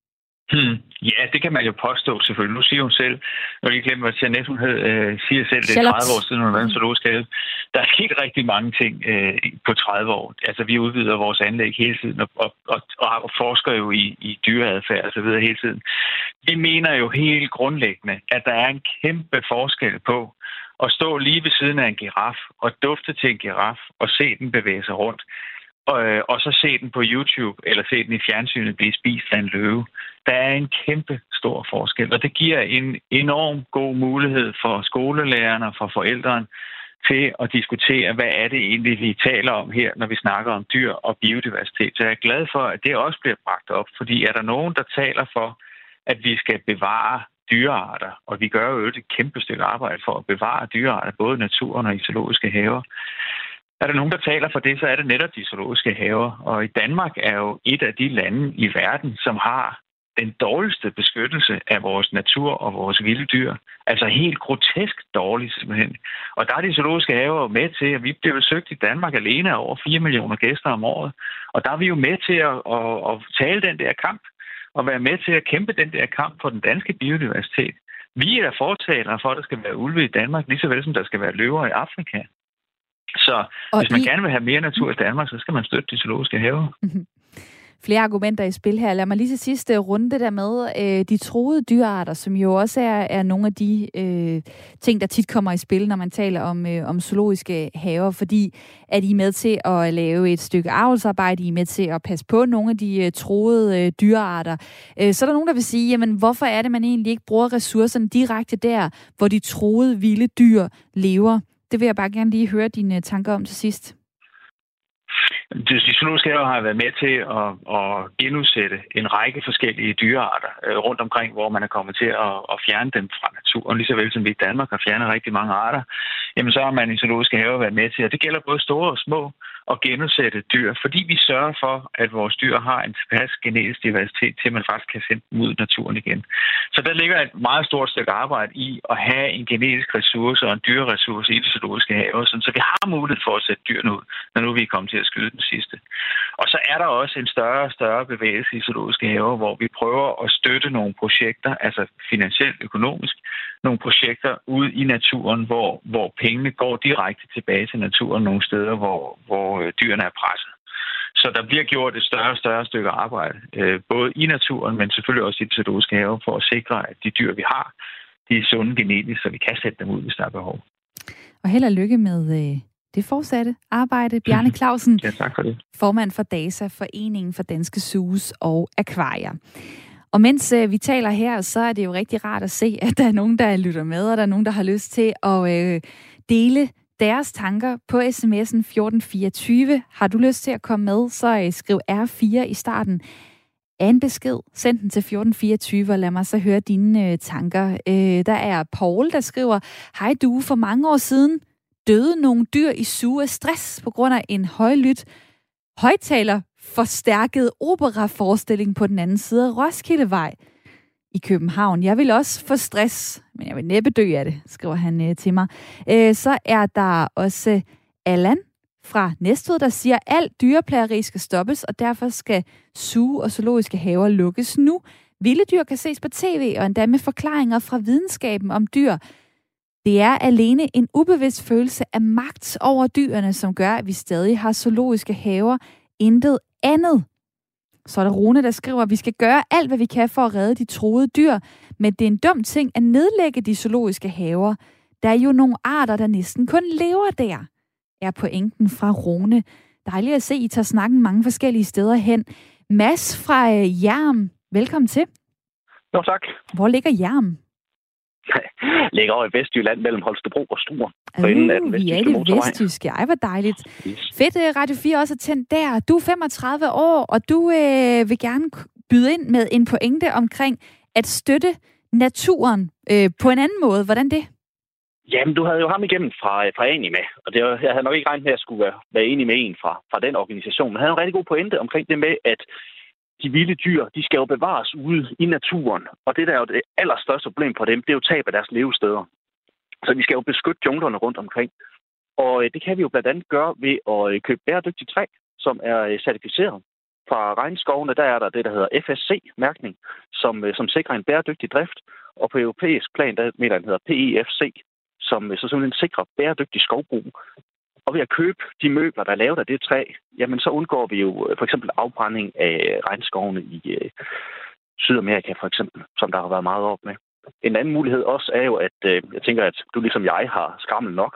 Ja, det kan man jo påstå selvfølgelig. Nu siger hun selv, når jeg glemmer, at Jeanette, hun siger selv, det er 30 år siden, hun har været en zoologisk have. Der er sket rigtig mange ting på 30 år. Altså, vi udvider vores anlæg hele tiden, og forsker jo i dyreadfærd og så videre hele tiden. Vi mener jo helt grundlæggende, at der er en kæmpe forskel på at stå lige ved siden af en giraf og dufte til en giraf og se den bevæge sig rundt. Og så se den på YouTube, eller se den i fjernsynet blive spist af en løve. Der er en kæmpe stor forskel, og det giver en enorm god mulighed for skolelærerne og for forældrene til at diskutere, hvad er det egentlig, vi taler om her, når vi snakker om dyr og biodiversitet. Så jeg er glad for, at det også bliver bragt op, fordi er der nogen, der taler for, at vi skal bevare dyrearter, og vi gør jo et kæmpe stykke arbejde for at bevare dyrearter, både i naturen og i zoologiske haver. Er der nogen, der taler for det, så er det netop de zoologiske haver. Og i Danmark er jo et af de lande i verden, som har den dårligste beskyttelse af vores natur og vores vilde dyr. Altså helt grotesk dårligt simpelthen. Og der er de zoologiske haver med til, at vi bliver besøgt i Danmark alene af over 4 millioner gæster om året. Og der er vi jo med til at tale den der kamp, og være med til at kæmpe den der kamp for den danske biodiversitet. Vi er fortalere for, at der skal være ulve i Danmark, lige så vel som der skal være løver i Afrika. Så hvis man gerne vil have mere natur i Danmark, så skal man støtte de zoologiske haver. Mm-hmm. Flere argumenter i spil her. Lad mig lige til sidst runde det der med de truede dyrearter, som jo også er nogle af de ting, der tit kommer i spil, når man taler om zoologiske haver, fordi at I er med til at lave et stykke avlsarbejde, I er med til at passe på nogle af de truede dyrearter. Så er der nogen, der vil sige, jamen hvorfor er det, man egentlig ikke bruger ressourcerne direkte der, hvor de truede vilde dyr lever? Det vil jeg bare gerne lige høre dine tanker om til sidst. De zoologiske haver har været med til at genudsætte en række forskellige dyrearter rundt omkring, hvor man er kommet til at fjerne dem fra naturen. Lige så vel som vi i Danmark har fjernet rigtig mange arter, jamen så har man i zoologiske haver været med til, og det gælder både store og små, at genudsætte dyr, fordi vi sørger for, at vores dyr har en tilpas genetisk diversitet til, at man faktisk kan sende dem ud i naturen igen. Så der ligger et meget stort stykke arbejde i at have en genetisk ressource og en dyreressource i de zoologiske haver, så vi har mulighed for at sætte dyrene ud, når nu vi er kommet til at skyde den sidste. Og så er der også en større og større bevægelse i zoologiske haver, hvor vi prøver at støtte nogle projekter, altså finansielt, økonomisk, nogle projekter ude i naturen, hvor pengene går direkte tilbage til naturen nogle steder, hvor dyrene er presset. Så der bliver gjort et større og større stykke arbejde, både i naturen, men selvfølgelig også i de zoologiske haver, for at sikre, at de dyr, vi har, de er sunde genetisk, så vi kan sætte dem ud, hvis der er behov. Og held og lykke med det fortsatte arbejde. Bjarne Clausen, ja, tak for det. Formand for DASA, Foreningen for Danske Zoos og Akvarier. Og mens vi taler her, så er det jo rigtig rart at se, at der er nogen, der lytter med, og der er nogen, der har lyst til at dele deres tanker på sms'en 1424. Har du lyst til at komme med, så skriv R4 i starten. af en besked. Send den til 1424, og lad mig så høre dine tanker. Der er Paul, der skriver, hej du, for mange år siden døde nogle dyr i suge af stress på grund af en højtaler forstærket operaforestilling på den anden side af Roskildevej i København. Jeg vil også få stress, men jeg vil næppe dø af det, skriver han til mig. Så er der også Allan fra Næstved, der siger, at alt dyreplageri skal stoppes, og derfor skal zoo og zoologiske haver lukkes nu. Vilde dyr kan ses på tv, og endda med forklaringer fra videnskaben om dyr. Det er alene en ubevidst følelse af magt over dyrene, som gør, at vi stadig har zoologiske haver. Intet andet. Så er der Rune, der skriver, at vi skal gøre alt, hvad vi kan for at redde de truede dyr, men det er en dum ting at nedlægge de zoologiske haver. Der er jo nogle arter, der næsten kun lever der, er pointen fra Rune. Dejligt at se, I tager snakken mange forskellige steder hen. Mads fra Hjerm, velkommen til. Jo, tak. Hvor ligger Hjerm? Ligger over i Vestjylland mellem Holstebro og Struer. Vi er i det vestjyske. Ej, hvor dejligt. Yes. Fedt, Radio 4 også er tændt der. Du er 35 år, og du vil gerne byde ind med en pointe omkring at støtte naturen på en anden måde. Hvordan det? Jamen, du havde jo ham igennem fra Anima, og jeg havde nok ikke regnet med, at jeg skulle være enig med en fra den organisation. Men han havde en rigtig god pointe omkring det med, at de vilde dyr, de skal jo bevares ude i naturen. Og det der er jo det allerstørste problem for dem, det er jo tab af deres levesteder. Så vi skal jo beskytte junglerne rundt omkring. Og det kan vi jo blandt andet gøre ved at købe bæredygtigt træ, som er certificeret. Fra regnskovene, der er der det, der hedder FSC-mærkning, som sikrer en bæredygtig drift. Og på europæisk plan, der mener den hedder PEFC, som så simpelthen sikrer bæredygtig skovbrug. Og ved at købe de møbler, der er lavet af det træ, jamen så undgår vi jo for eksempel afbrænding af regnskovene i Sydamerika for eksempel, som der har været meget op med. En anden mulighed også er jo, at jeg tænker, at du ligesom jeg har skrammel nok.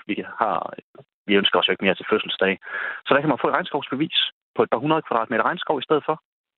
Vi ønsker os jo ikke mere til fødselsdag. Så der kan man få et regnskovsbevis på et par 100 kvadratmeter regnskov i stedet for,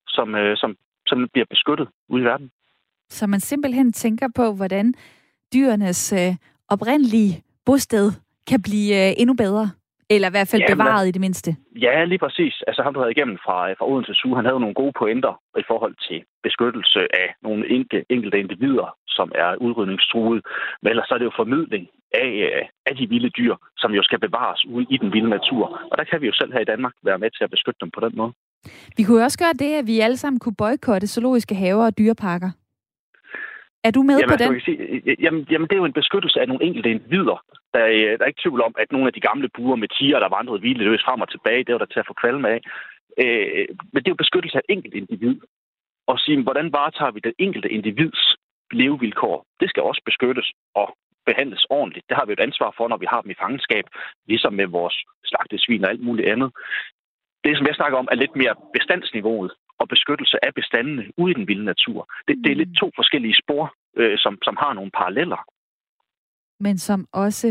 som bliver beskyttet ude i verden. Så man simpelthen tænker på, hvordan dyrenes oprindelige bosted kan blive endnu bedre? Eller i hvert fald bevaret i det mindste? Ja, lige præcis. Altså ham, du havde igennem fra Odense Zoo, han havde nogle gode pointer i forhold til beskyttelse af nogle enkelte individer, som er udrydningstruede. Men ellers så er det jo formidling af de vilde dyr, som jo skal bevares ude i den vilde natur. Og der kan vi jo selv her i Danmark være med til at beskytte dem på den måde. Vi kunne også gøre det, at vi alle sammen kunne boykotte zoologiske haver og dyreparker. Er du med på den? Jamen, det er jo en beskyttelse af nogle enkelte individer. Der er ikke tvivl om, at nogle af de gamle buer med tiger, der vandrede hvileløs frem og tilbage, det var der til at få kvalme af. Men det er jo beskyttelse af et enkelt individ. Og sige, hvordan varetager vi det enkelte individs levevilkår? Det skal også beskyttes og behandles ordentligt. Det har vi et ansvar for, når vi har dem i fangenskab, ligesom med vores slagtesvin og alt muligt andet. Det, som jeg snakker om, er lidt mere bestandsniveauet og beskyttelse af bestandene ude i den vilde natur. Det er lidt to forskellige spor, som har nogle paralleller. Men som også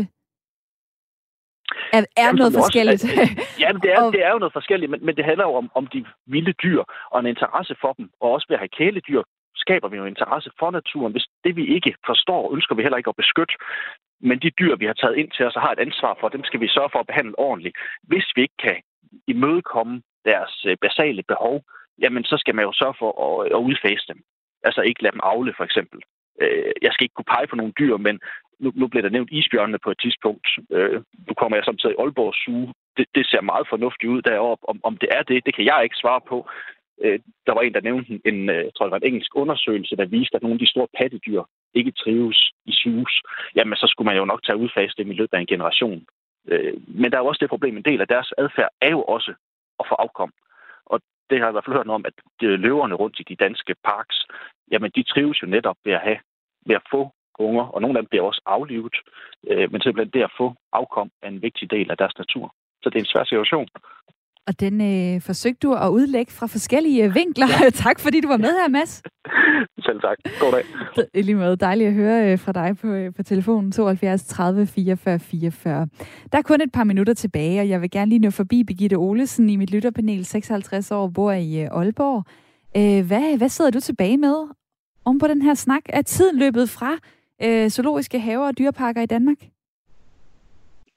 er noget forskelligt. Jamen, det er jo noget forskelligt, men det handler jo om de vilde dyr og en interesse for dem. Og også ved at have kæledyr skaber vi jo interesse for naturen. Hvis det, vi ikke forstår, ønsker vi heller ikke at beskytte. Men de dyr, vi har taget ind til os og har et ansvar for, dem skal vi sørge for at behandle ordentligt. Hvis vi ikke kan imødekomme deres basale behov, jamen så skal man jo sørge for at udfase dem. Altså ikke lade dem avle, for eksempel. Jeg skal ikke kunne pege på nogle dyr, men nu bliver der nævnt isbjørnene på et tidspunkt. Nu kommer jeg samtidig i Aalborg Zoo. Det ser meget fornuftigt ud deroppe. Om det er det kan jeg ikke svare på. Der var en, der nævnte en engelsk undersøgelse, der viste, at nogle af de store pattedyr ikke trives i zoos. Jamen så skulle man jo nok tage udfase dem i løbet af en generation. Men der er jo også det problem, en del af deres adfærd er jo også at få afkom. Og det har jeg i hvert fald hørt noget om, at løverne rundt i de danske parks, jamen de trives jo netop ved at få unger, og nogle af dem bliver også aflivet. Men simpelthen det at få afkom er en vigtig del af deres natur. Så det er en svær situation. Og den forsøgte du at udlægge fra forskellige vinkler. Ja. Tak fordi du var med her, Mads. Selv tak. God dag. I lige måde. Dejligt at høre fra dig på telefonen 72 30 44 44. Der er kun et par minutter tilbage, og jeg vil gerne lige nå forbi Birgitte Olesen i mit lytterpanel, 56 år, bor i Aalborg. Hvad sidder du tilbage med om på den her snak? Er tiden løbet fra zoologiske haver og dyreparker i Danmark?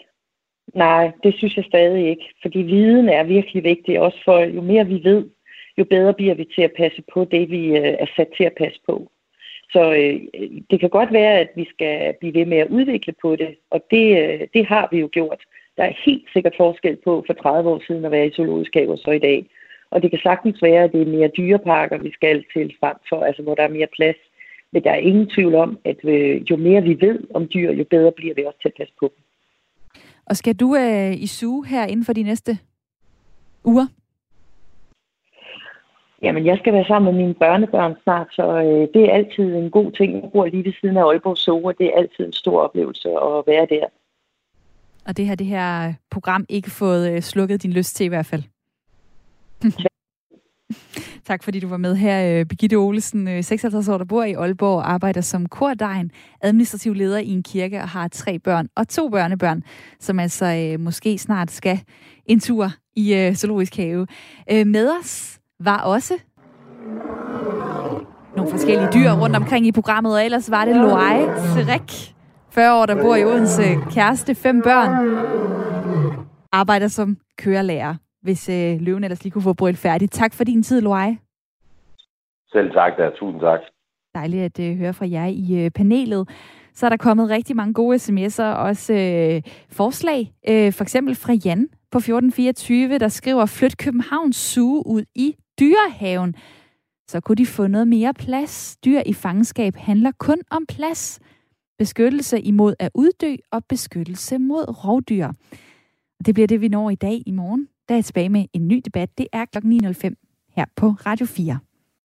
Nej, det synes jeg stadig ikke. Fordi viden er virkelig vigtig, også for jo mere vi ved, jo bedre bliver vi til at passe på det, vi er sat til at passe på. Så det kan godt være, at vi skal blive ved med at udvikle på det, og det har vi jo gjort. Der er helt sikkert forskel på for 30 år siden at være i zoologisk have og så i dag. Og det kan sagtens være, at det er mere dyreparker, vi skal til frem for, altså hvor der er mere plads. Men der er ingen tvivl om, at jo mere vi ved om dyr, jo bedre bliver vi også til at passe på dem. Og skal du i zoo her inden for de næste uger? Jamen, jeg skal være sammen med mine børnebørn snart, så det er altid en god ting. Jeg bor lige ved siden af Aalborg Zoo, og det er altid en stor oplevelse at være der. Og det har det her program ikke fået slukket din lyst til i hvert fald. Tak fordi du var med her, Birgitte Olesen, 56 år, der bor i Aalborg, arbejder som kordegn, administrativ leder i en kirke og har 3 børn og 2 børnebørn, som altså måske snart skal en tur i zoologisk have. Med os var også nogle forskellige dyr rundt omkring i programmet, og ellers var det Loai Serik, 40 år, der bor i Odense, kæreste, 5 børn, arbejder som kørelærer. Hvis løven ellers lige kunne få brølt færdigt. Tak for din tid, Loai. Selv tak, da. Tusind tak. Dejligt at høre fra jer i panelet. Så er der kommet rigtig mange gode sms'er, også forslag. For eksempel fra Jan på 1424, der skriver, flyt Københavns Zoo ud i Dyrehaven. Så kunne de få noget mere plads. Dyr i fangenskab handler kun om plads. Beskyttelse imod at uddø og beskyttelse mod rovdyr. Det bliver det, vi når i dag. I morgen der er jeg tilbage med en ny debat. Det er 9:05 her på Radio 4.